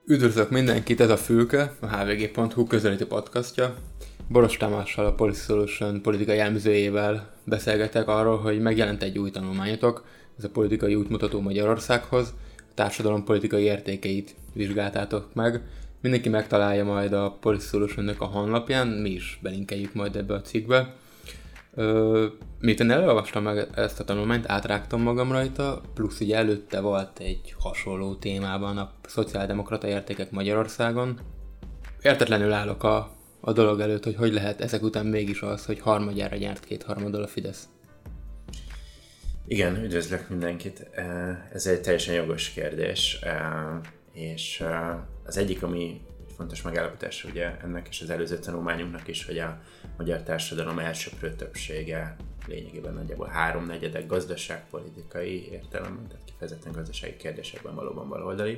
Üdvözlök mindenkit, ez a Fülke, a hvg.hu közelíti podcastja. Boros Tamással, a Policy Solution politikai elemzőjével beszélgetek arról, hogy megjelent egy új tanulmányotok, ez a politikai útmutató Magyarországhoz, a társadalom politikai értékeit vizsgáltátok meg. Mindenki megtalálja majd a Policy Solution-nek a honlapján, mi is belinkeljük majd ebbe a cikkbe. Miután elolvastam meg ezt a tanulmányt, átrágtam magam rajta, plusz ugye előtte volt egy hasonló témában a szociáldemokrata értékek Magyarországon. Értetlenül állok a dolog előtt, hogy lehet ezek után mégis az, hogy harmadjára nyert kétharmaddal a Fidesz. Igen, üdvözlök mindenkit. Ez egy teljesen jogos kérdés, és az egyik, ami fontos megállapítás ugye ennek és az előző tanulmányunknak is, hogy a magyar társadalom elsöprő többsége lényegében nagyjából 3/4 gazdaságpolitikai értelemben, tehát kifejezetten gazdasági kérdésekben valóban baloldali.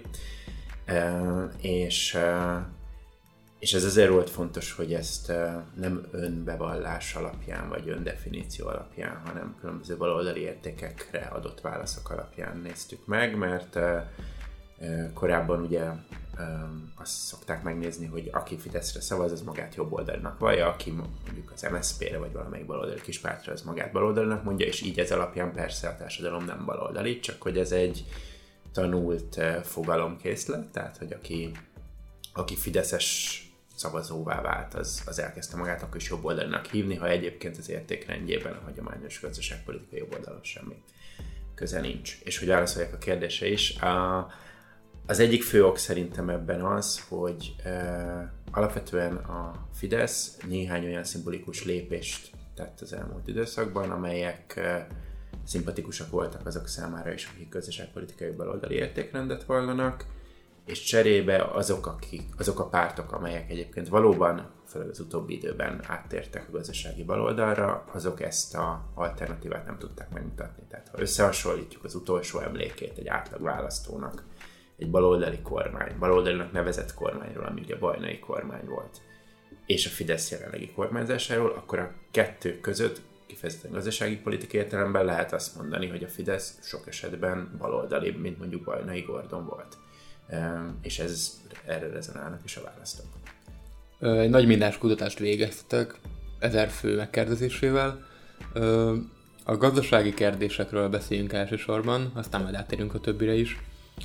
És ez azért volt fontos, hogy ezt nem önbevallás alapján vagy öndefiníció alapján, hanem különböző baloldali értékekre adott válaszok alapján néztük meg, mert korábban ugye azt szokták megnézni, hogy aki Fideszre szavaz, az magát jobboldalinak vallja, aki mondjuk az MSZP-re vagy valamelyik baloldali kispártra, az magát baloldalinak mondja, és így ez alapján persze a társadalom nem baloldali, csak hogy ez egy tanult fogalomkészlet, tehát hogy aki fideszes szavazóvá vált, az elkezdte magát akkor is jobboldalinak hívni, ha egyébként az értékrendjében a hagyományos gazdaságpolitikai jobboldalon semmi köze nincs. És hogy válaszoljak a kérdése is, az egyik fő ok szerintem ebben az, hogy alapvetően a Fidesz néhány olyan szimbolikus lépést tett az elmúlt időszakban, amelyek szimpatikusak voltak azok számára is, akik gazdaságpolitikai baloldali értékrendet vallanak, és cserébe azok a pártok, amelyek egyébként valóban, főleg az utóbbi időben áttértek a gazdasági baloldalra, azok ezt az alternatívát nem tudták megmutatni. Tehát ha összehasonlítjuk az utolsó emlékét egy átlag választónak, egy baloldali kormány, baloldalinak nevezett kormányról, ami ugye bajnai kormány volt, és a Fidesz jelenlegi kormányzásáról, akkor a kettő között kifejezetten gazdasági politikai értelemben lehet azt mondani, hogy a Fidesz sok esetben baloldalibb, mint mondjuk Bajnai Gordon volt. És erre rezonálnak is a választók. Egy nagy mindás kutatást végeztetek 1000 fő megkérdezésével. A gazdasági kérdésekről beszéljünk elsősorban, aztán majd áttérünk a többire is.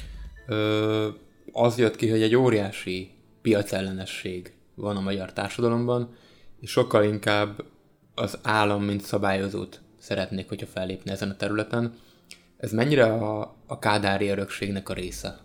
Az jött ki, hogy egy óriási piacellenesség van a magyar társadalomban, és sokkal inkább az állam, mint szabályozót szeretnék, hogyha fellépne ezen a területen. Ez mennyire a kádári örökségnek a része?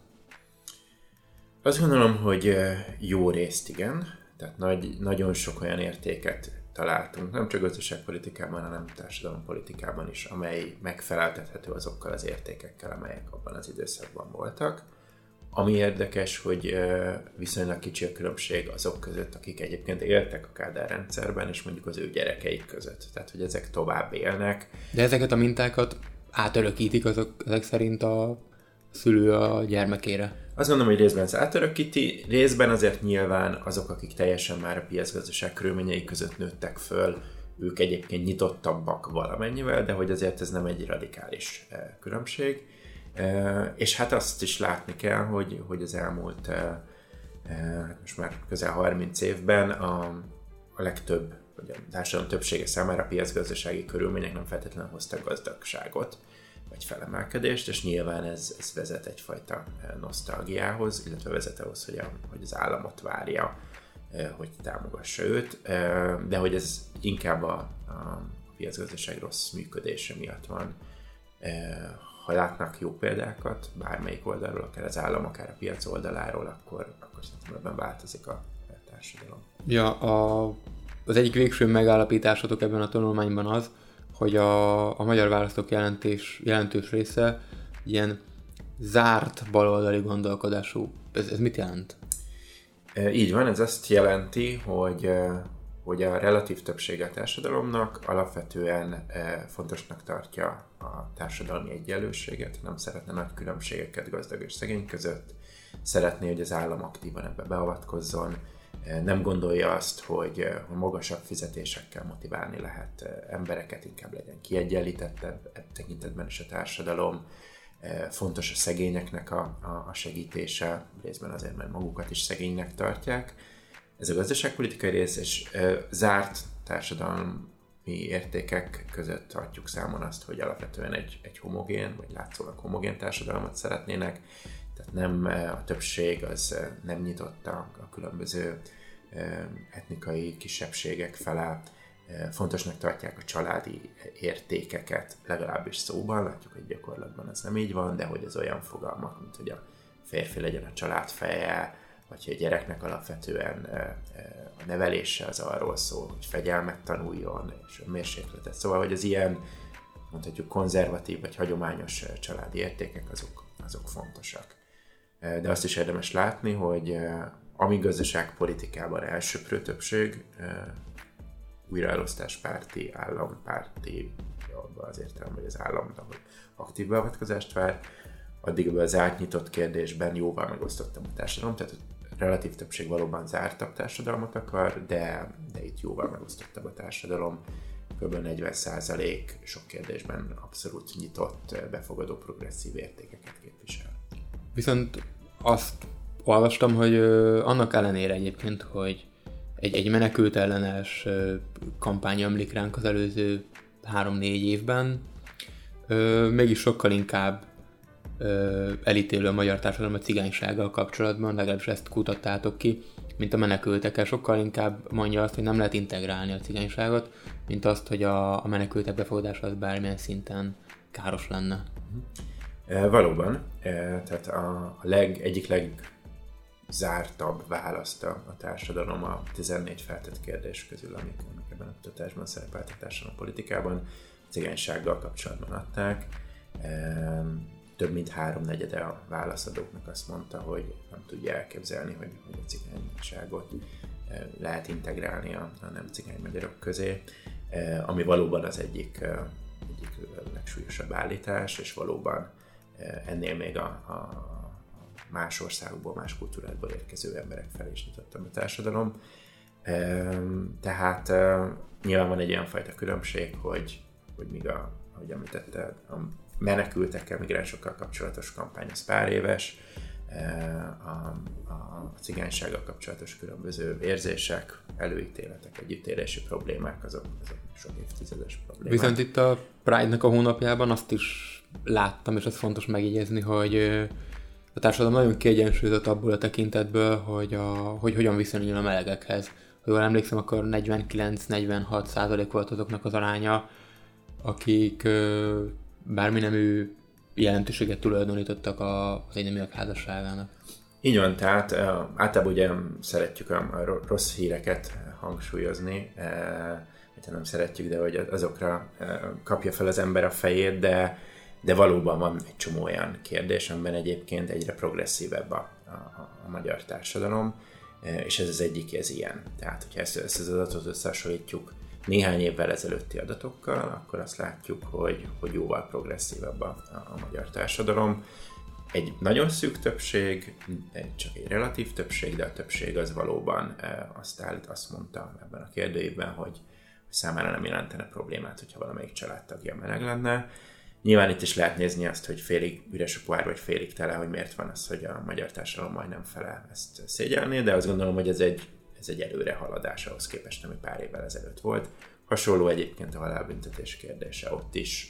Azt gondolom, hogy jó részt igen, tehát nagyon sok olyan értéket találtunk, nem csak gazdaságpolitikában, hanem társadalompolitikában is, amely megfeleltethető azokkal az értékekkel, amelyek abban az időszakban voltak. Ami érdekes, hogy viszonylag kicsi a különbség azok között, akik egyébként éltek a Kádár rendszerben, és mondjuk az ő gyerekeik között. Tehát, hogy ezek tovább élnek. De ezeket a mintákat átörökítik ezek szerint a szülő a gyermekére? Azt gondolom, hogy részben ez átörökíti, részben azért nyilván azok, akik teljesen már a piacgazdaság körülményei között nőttek föl, ők egyébként nyitottabbak valamennyivel, de hogy azért ez nem egy radikális különbség. És hát azt is látni kell, hogy az elmúlt most már közel 30 évben a legtöbb, vagy a társadalom többsége számára a piacgazdasági körülmények nem feltétlenül hoztak gazdagságot, vagy felemelkedést, és nyilván ez vezet egyfajta nosztalgiához, illetve vezet ahhoz, hogy az államot várja, hogy támogassa őt, de hogy ez inkább a piacgazdaság rossz működése miatt van. Ha látnak jó példákat, bármelyik oldalról, akár az állam, akár a piac oldaláról, akkor szerintem ebben változik a társadalom. Ja, az egyik végső megállapításotok ebben a tanulmányban az, hogy a magyar választók jelentős része ilyen zárt baloldali gondolkodású. Ez mit jelent? Így van, ez azt jelenti, hogy a relatív többsége a társadalomnak alapvetően fontosnak tartja a társadalmi egyenlőséget, nem szeretne nagy különbségeket gazdag és szegény között, szeretné, hogy az állam aktívan ebbe beavatkozzon, nem gondolja azt, hogy magasabb fizetésekkel motiválni lehet embereket, inkább legyen kiegyenlítettebb tekintetben is a társadalom, Fontos a szegényeknek a segítése, részben azért, mert magukat is szegénynek tartják. Ez a gazdaságpolitikai rész, és zárt társadalmi értékek között tartjuk számon azt, hogy alapvetően egy homogén, vagy látszólag homogén társadalmat szeretnének, tehát nem a többség az nem nyitott a különböző etnikai kisebbségek felé. Fontosnak tartják a családi értékeket, legalábbis szóban, látjuk, hogy gyakorlatban ez nem így van, de hogy ez olyan fogalmak, mint hogy a férfi legyen a család feje, vagy hogy a gyereknek alapvetően a nevelése az arról szól, hogy fegyelmet tanuljon, és önmérsékletet. Szóval, hogy az ilyen, mondhatjuk, konzervatív vagy hagyományos családi értékek, azok fontosak. De azt is érdemes látni, hogy ami gazdaságpolitikában elsöprő többség, újraelosztáspárti, állampárti, abban az értelemben, hogy az állam aktív beavatkozást vár, addig az átnyitott kérdésben jóval megosztottam a társadalom, tehát relatív többség valóban zártabb társadalmat akar, de itt jóval megosztottabb a társadalom. Kb. 40% sok kérdésben abszolút nyitott, befogadó, progresszív értékeket képvisel. Viszont azt olvastam, hogy annak ellenére egyébként, hogy egy menekült ellenes kampány ömlik ránk az előző 3-4 évben, mégis sokkal inkább elítélő a magyar társadalom a cigánysággal kapcsolatban, legalábbis ezt kutattátok ki, mint a menekültekkel. Sokkal inkább mondja azt, hogy nem lehet integrálni a cigányságot, mint azt, hogy a menekültek befogadása az bármilyen szinten káros lenne. Valóban, tehát egyik legzártabb választ a társadalom a 14 feltett kérdés közül, amik ebben a kutatásban szerepelt a társadalompolitikában, cigánysággal kapcsolatban adták. Több mint 3/4 a válaszadóknak azt mondta, hogy nem tudja elképzelni, hogy a cigányságot lehet integrálni a nem cigány magyarok közé, ami valóban az egyik legsúlyosabb állítás, és valóban ennél még a más országokból, más kultúrákból érkező emberek felé is nyitottam a társadalom. Tehát nyilván van egy olyan fajta különbség, hogy míg ahogy említette, a menekültekkel, migránsokkal kapcsolatos kampány az pár éves, a cigánysággal kapcsolatos különböző érzések, előítéletek, együttélési problémák, azok sok évtizedes problémák. Viszont itt a Pride-nak a hónapjában azt is láttam, és az fontos megjegyezni, hogy a társadalom nagyon kiegyensúlyozott abból a tekintetből, hogy hogyan viszonyul a melegekhez. Ha jól emlékszem, akkor 49-46% volt azoknak az aránya, akik bármi nemű jelentőséget tulajdonítottak az egyneműek házasságának. Így van, tehát általában ugye szeretjük a rossz híreket hangsúlyozni, hogyha nem szeretjük, de hogy azokra kapja fel az ember a fejét, de valóban van egy csomó olyan kérdés, amiben egyébként egyre progresszívebb a magyar társadalom, és ez az egyik, ez ilyen. Tehát, hogyha ezt az adatot összehasonlítjuk néhány évvel ezelőtti adatokkal, akkor azt látjuk, hogy jóval progresszívebb a magyar társadalom. Egy nagyon szűk többség, csak egy relatív többség, de a többség az valóban azt mondta ebben a kérdőívben, hogy számára nem jelentene problémát, hogyha valamelyik családtagja meleg lenne. Nyilván itt is lehet nézni azt, hogy félig üres a pohár, vagy félig tele, hogy miért van az, hogy a magyar társadalom majdnem fele ezt szégyelné, de azt gondolom, hogy ez egy előrehaladás ahhoz képest, ami pár évvel ezelőtt volt. Hasonló egyébként a halálbüntetés kérdése, ott is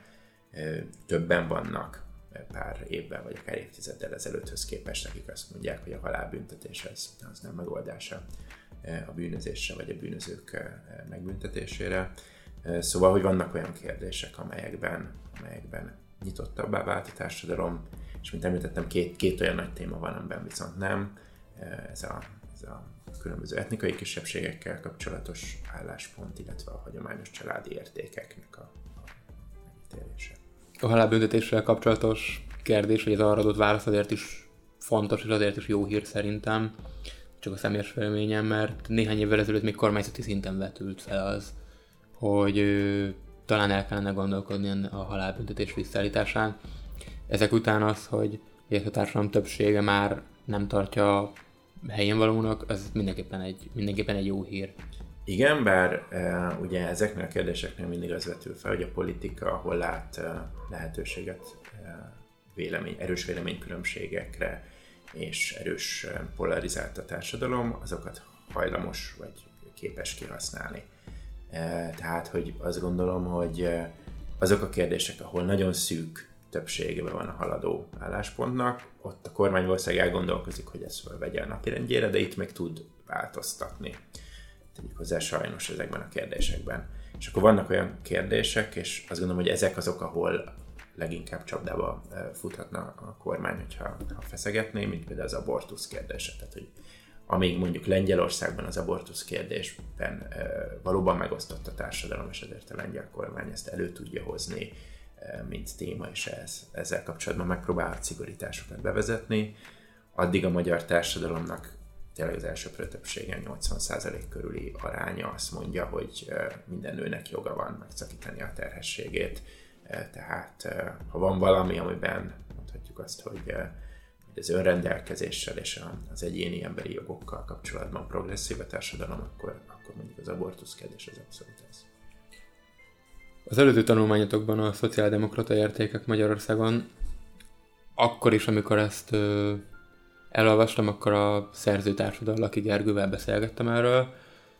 többen vannak pár évvel, vagy akár évtizeddel ezelőtthöz képest, akik azt mondják, hogy a halálbüntetés az nem megoldása a bűnözésre, vagy a bűnözők megbüntetésére. Szóval, hogy vannak olyan kérdések, amelyekben nyitottabbá vált a társadalom, és mint említettem, két olyan nagy téma van, amiben viszont nem. Ez a különböző etnikai kisebbségekkel kapcsolatos álláspont, illetve a hagyományos családi értékeknek a megítélése. A halálbüntetéssel kapcsolatos kérdés, hogy az arra adott válasz azért is fontos, és azért is jó hír szerintem, csak a személyes véleményem, mert néhány évvel ezelőtt még kormányzati szinten vetült fel az, hogy talán el kellene gondolkodni a halálbüntetés visszaállításán. Ezek után az, hogy a társadalom többsége már nem tartja helyén valónak, az mindenképpen egy jó hír. Igen, bár ugye ezeknél a kérdéseknél mindig az vetül fel, hogy a politika hol lát lehetőséget erős véleménykülönbségekre és erős polarizált a társadalom, azokat hajlamos vagy képes kihasználni. Tehát, hogy azt gondolom, hogy azok a kérdések, ahol nagyon szűk többségében van a haladó álláspontnak, ott a kormány valószínűleg elgondolkozik, hogy ezt felvegye a napirendjére, de itt még tud változtatni. Tegyük hozzá sajnos ezekben a kérdésekben. És akkor vannak olyan kérdések, és azt gondolom, hogy ezek azok, ahol leginkább csapdába futhatna a kormány, hogyha feszegetné, mint például az abortusz kérdése. Tehát, hogy amíg mondjuk Lengyelországban az abortusz kérdésben valóban megosztott a társadalom, és ezért a lengyel kormány ezt elő tudja hozni, mint téma, és ezzel kapcsolatban megpróbál szigorításokat bevezetni, addig a magyar társadalomnak tényleg az elsőprő többségen 80% körüli aránya azt mondja, hogy minden nőnek joga van megszakítani a terhességét. Tehát ha van valami, amiben mondhatjuk azt, hogy az önrendelkezéssel és az egyéni emberi jogokkal kapcsolatban progresszív a társadalom, akkor mondjuk az abortusz kérdés az abszolút ez. Az előző tanulmányotokban a szociáldemokrata értékek Magyarországon, akkor is, amikor ezt elolvastam, akkor a szerzőtársad Laki Gergővel beszélgettem erről,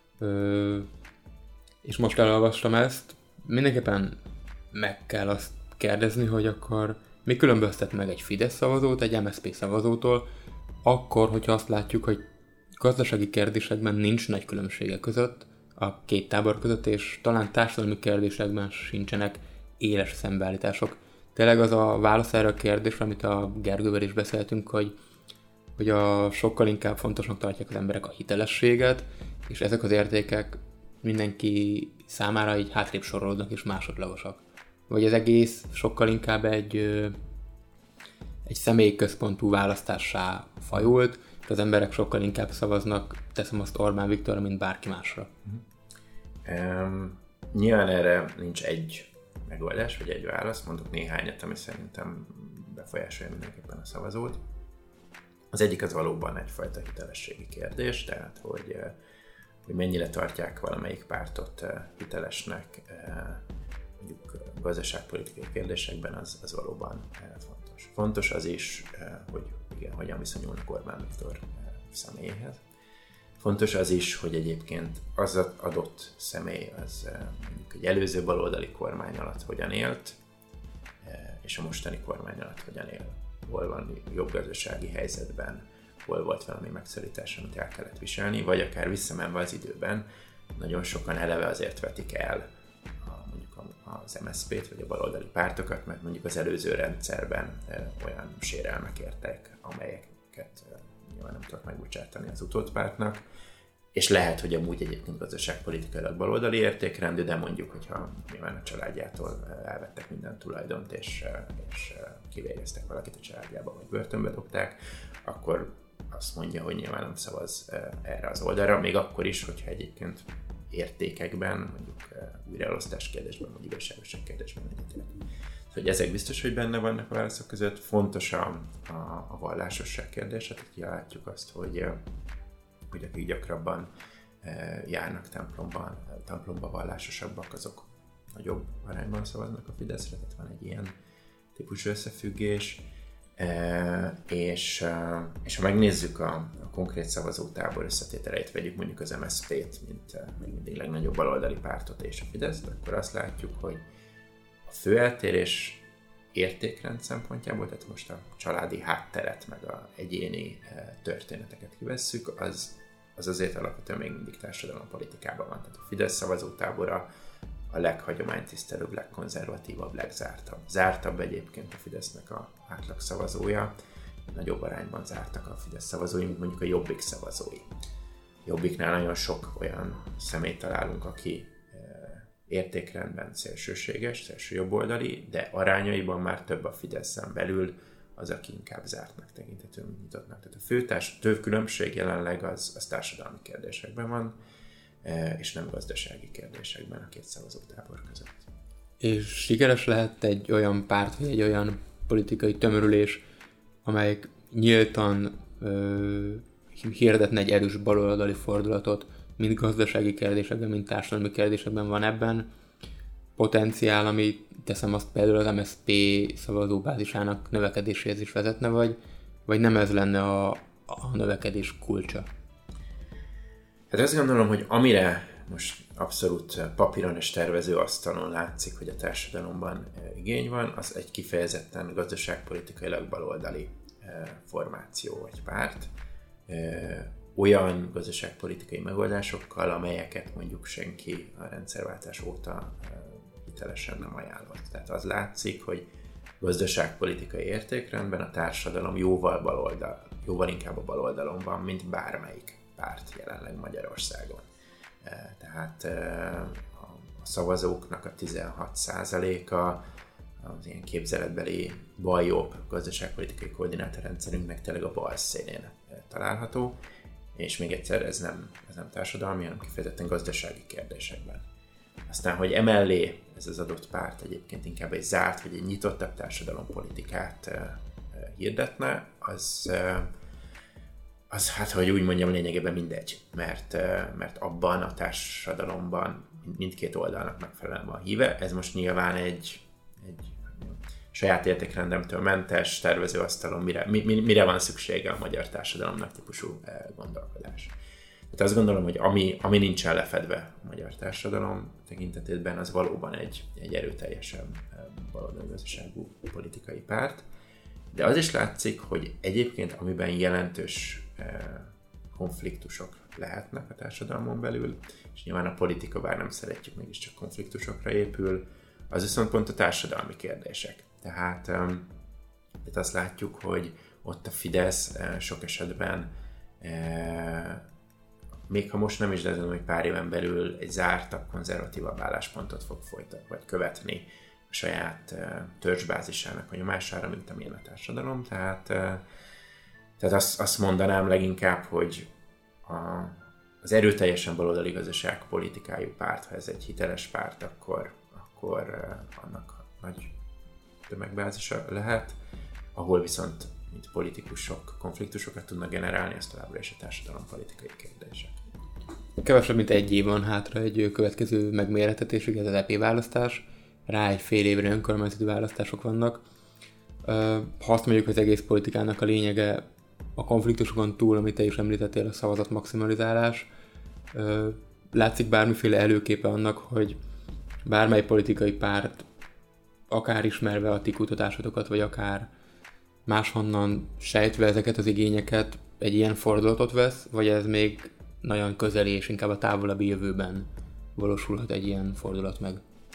és most elolvastam ezt. Mindenképpen meg kell azt kérdezni, hogy akkor mi különböztet meg egy Fidesz szavazót egy MSZP szavazótól, akkor, hogyha azt látjuk, hogy gazdasági kérdésekben nincs nagy különbsége között, a két tábor között, és talán társadalmi kérdésekben sincsenek éles szembeállítások. Tényleg az a válasz erre a kérdésre, amit a Gergővel is beszéltünk, hogy sokkal inkább fontosnak tartják az emberek a hitelességet, és ezek az értékek mindenki számára így hátrébb sorolódnak és másodlagosak. Vagy az egész sokkal inkább egy személyközpontú választássá fajult, és az emberek sokkal inkább szavaznak, teszem azt Orbán Viktorra, mint bárki másra. Nyilván erre nincs egy megoldás, vagy egy válasz, mondok néhányat, ami szerintem befolyásolja mindenképpen a szavazót. Az egyik az valóban egyfajta hitelességi kérdés, tehát hogy mennyire tartják valamelyik pártot hitelesnek, mondjuk gazdaságpolitikai kérdésekben, az valóban fontos. Fontos az is, hogy igen, hogyan viszonyulnak Orbán Viktor személyéhez. Fontos az is, hogy egyébként az adott személy az mondjuk egy előző baloldali kormány alatt hogyan élt, és a mostani kormány alatt hogyan él. Hol van jobb gazdasági helyzetben, hol volt valami megszorítás, amit el kellett viselni, vagy akár visszamenve az időben, nagyon sokan eleve azért vetik el mondjuk az MSZP-t, vagy a baloldali pártokat, mert mondjuk az előző rendszerben olyan sérelmek értek, amelyeket nyilván nem tudott megbocsátani az utódpártnak, és lehet, hogy amúgy egyébként gazdaságpolitikailag baloldali értékrendű, de mondjuk, hogyha nyilván a családjától elvettek minden tulajdont, és kivégeztek valakit a családjába, vagy börtönbe dobták, akkor azt mondja, hogy nyilván nem szavaz erre az oldalra, még akkor is, hogyha egyébként értékekben, mondjuk újraelosztás kérdésben, vagy igazságosság kérdésben egyetért. Szóval ezek biztos, hogy benne vannak a válaszok között. Fontos a vallásosság kérdése, tehát látjuk azt, hogy akik gyakrabban járnak templomba vallásosabbak, azok nagyobb arányban szavaznak a Fideszre, tehát van egy ilyen típusú összefüggés. És ha megnézzük a konkrét szavazótábor összetételeit, vegyük mondjuk az MSZP-t, mint még mindig legnagyobb baloldali pártot és a Fideszt, akkor azt látjuk, hogy a fő eltérés értékrend szempontjából, tehát most a családi hátteret, meg az egyéni történeteket kivesszük, az azért alapvetően még mindig társadalompolitikában van. Tehát a Fidesz szavazótábora a leghagyománytisztelőbb, legkonzervatívabb, legzártabb. Zártabb egyébként a Fidesznek a átlag szavazója, nagyobb arányban zártak a Fidesz szavazói, mint mondjuk a Jobbik szavazói. Jobbiknál nagyon sok olyan személyt találunk, aki értékrendben szélsőséges, szélső jobboldali, de arányaiban már több a Fideszen belül az, aki inkább zártnak tekinthető, mint nyitottnak. Tehát a fő különbség jelenleg az társadalmi kérdésekben van, és nem gazdasági kérdésekben a két szavazótábor között. És sikeres lehet egy olyan párt, vagy egy olyan politikai tömörülés, amelyik nyíltan hirdetne egy erős baloldali fordulatot, mind gazdasági kérdésekben, mind társadalmi kérdésekben. Van ebben potenciál, ami teszem azt például az MSZP szavazóbázisának növekedéséhez is vezetne, vagy nem ez lenne a növekedés kulcsa? Hát azt gondolom, hogy amire most abszolút papíron és tervezőasztalon látszik, hogy a társadalomban igény van, az egy kifejezetten gazdaságpolitikailag baloldali formáció vagy párt. Olyan gazdaságpolitikai megoldásokkal, amelyeket mondjuk senki a rendszerváltás óta hitelesen nem ajánlott. Tehát az látszik, hogy gazdaságpolitikai értékrendben a társadalom jóval inkább a baloldalon van, mint bármelyik párt jelenleg Magyarországon. Tehát a szavazóknak a 16%-a az ilyen képzeletbeli baljobb gazdaságpolitikai koordinátorrendszerünknek tényleg a bal szélén található, és még egyszer ez nem társadalmi, hanem kifejezetten gazdasági kérdésekben. Aztán, hogy emellé ez az adott párt egyébként inkább egy zárt vagy egy nyitottabb társadalompolitikát hirdetne, az hát, hogy úgy mondjam, lényegében mindegy, mert abban a társadalomban mindkét oldalnak megfelelően van híve. Ez most nyilván egy saját értékrendemtől mentes tervezőasztalon, mire van szüksége a magyar társadalomnak típusú gondolkodás. Tehát azt gondolom, hogy ami nincsen lefedve a magyar társadalom tekintetében, az valóban egy erőteljesen baloldali gazdaságú politikai párt. De az is látszik, hogy egyébként amiben jelentős konfliktusok lehetnek a társadalmon belül, és nyilván a politika, bár nem szeretjük, mégiscsak konfliktusokra épül, az viszont pont a társadalmi kérdések. Tehát itt azt látjuk, hogy ott a Fidesz sok esetben, még ha most nem is, de azon, hogy pár éven belül egy zártabb, konzervatívabb álláspontot fog folytatni, vagy követni a saját törzsbázisának a nyomására, mint amilyen a társadalom. Tehát azt mondanám leginkább, hogy az erőteljesen baloldali gazdaságpolitikájú párt, ha ez egy hiteles párt, akkor annak nagy tömegbázisa lehet, ahol viszont mint politikusok konfliktusokat tudnak generálni, az továbbra is a társadalompolitikai kérdések. Kevesebb, mint egy év van hátra egy következő megmérettetésig, ez az EP választás. Rá egy fél évre önkormányzati választások vannak. Ha azt mondjuk, hogy az egész politikának a lényege a konfliktusokon túl, amit te is említettél, a szavazat maximalizálás, látszik bármiféle előképe annak, hogy bármely politikai párt, akár ismerve a ti kutatásotokat, vagy akár máshonnan sejtve ezeket az igényeket, egy ilyen fordulatot vesz, vagy ez még nagyon közeli és inkább a távolabbi jövőben valósulhat egy ilyen fordulat meg?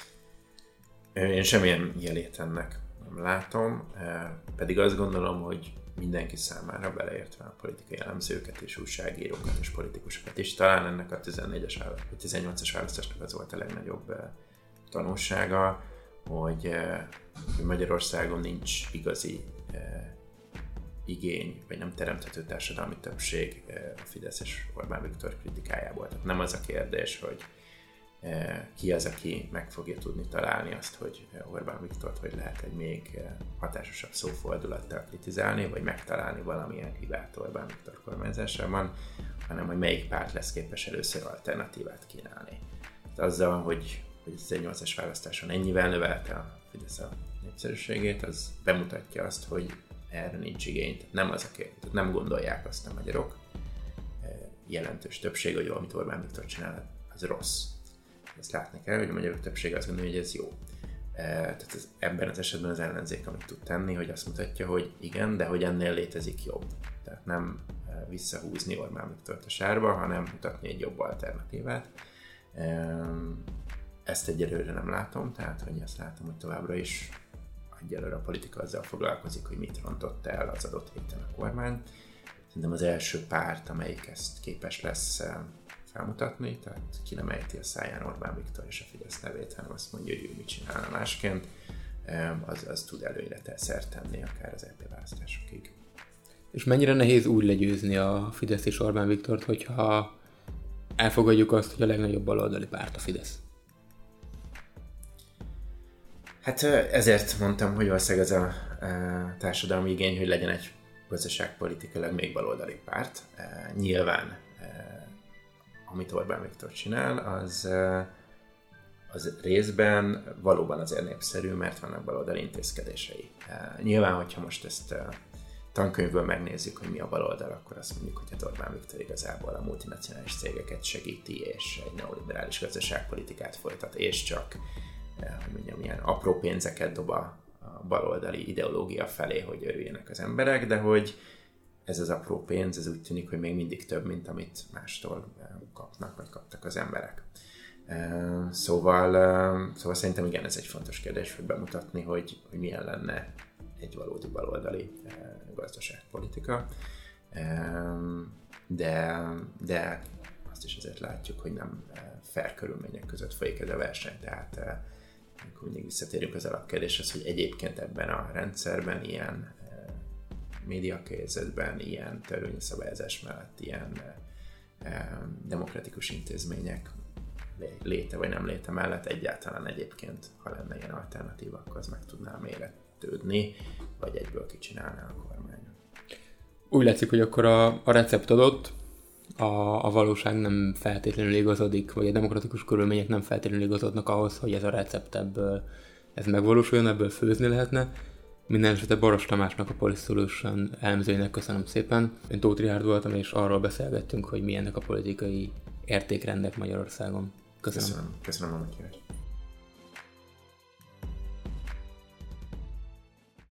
Én semmilyen jelét ennek nem látom, pedig azt gondolom, hogy mindenki számára, beleértve a politikai elemzőket és újságírókat és politikusokat is, talán ennek a 18-as választásnak az volt a legnagyobb tanulsága, hogy Magyarországon nincs igazi igény, vagy nem teremthető társadalmi többség a Fidesz és Orbán Viktor kritikájából. Tehát nem az a kérdés, hogy ki az, aki meg fogja tudni találni azt, hogy Orbán Viktort hogy lehet egy még hatásosabb szófordulattal kritizálni, vagy megtalálni valamilyen hibát Orbán Viktor kormányzásában, hanem hogy melyik párt lesz képes először alternatívát kínálni. Tehát azzal, hogy az 18-as választáson ennyivel növelte a Fidesz a népszerűségét, az bemutatja azt, hogy erre nincs igény. Tehát nem az a kérdés, tehát nem gondolják azt a magyarok, jelentős többség, hogy amit Orbán Viktor csinál, az rossz. Ezt látni kell, hogy a magyarok többsége azt gondolja, hogy ez jó. Tehát ebben az esetben az ellenzék, amit tud tenni, hogy azt mutatja, hogy igen, de hogy ennél létezik jobb. Tehát nem visszahúzni Orbán Viktort a sárba, hanem mutatni egy jobb alternatívát. Ezt egyelőre nem látom, tehát hogy azt látom, hogy továbbra is egyelőre a politika azzal foglalkozik, hogy mit rontott el az adott héten a kormány. Szerintem az első párt, amelyik ezt képes lesz felmutatni, tehát ki nem ejti a száján Orbán Viktor és a Fidesz nevét, hanem azt mondja, hogy ő mit csinálna másként, az tud előre szert tenni akár az EP választásokig. És mennyire nehéz úgy legyőzni a Fidesz és Orbán Viktort, hogyha elfogadjuk azt, hogy a legnagyobb baloldali párt a Fidesz? Hát ezért mondtam, hogy valószínűleg ez a társadalmi igény, hogy legyen egy gazdaságpolitikailag még baloldali párt. Nyilván, amit Orbán Viktor csinál, az részben valóban azért népszerű, mert vannak baloldali intézkedései. Nyilván, hogyha most ezt tankönyvből megnézzük, hogy mi a baloldal, akkor azt mondjuk, hogy Orbán Viktor igazából a multinacionális cégeket segíti, és egy neoliberális gazdaságpolitikát folytat, és csak, hogy mondjam, ilyen apró pénzeket dob a baloldali ideológia felé, hogy örüljenek az emberek, de hogy ez az apró pénz, ez úgy tűnik, hogy még mindig több, mint amit mástól kapnak, vagy kaptak az emberek. Szóval szerintem igen, ez egy fontos kérdés, hogy bemutatni, hogy milyen lenne egy valódi baloldali gazdaságpolitika. De azt is azért látjuk, hogy nem fair körülmények között folyik ez a verseny. Tehát mindig visszatérünk az alapkérdéshez, hogy egyébként ebben a rendszerben ilyen médiakérzetben, ilyen törvényi szabályozás mellett ilyen demokratikus intézmények léte vagy nem léte mellett egyáltalán egyébként, ha lenne ilyen alternatíva, akkor az meg tudná méretődni, vagy egyből kicsinálná a kormány. Úgy látszik, hogy akkor a recept adott, a valóság nem feltétlenül igazodik, vagy a demokratikus körülmények nem feltétlenül igazodnak ahhoz, hogy ez a recept ebből ez megvalósuljon, ebből főzni lehetne. Minden esetre Baross Tamásnak, a Policy Solution elemzőjének köszönöm szépen. Én Tóth Richárd voltam, és arról beszélgettünk, hogy milyenek a politikai értékrendek Magyarországon. Köszönöm. Köszönöm a meghívást.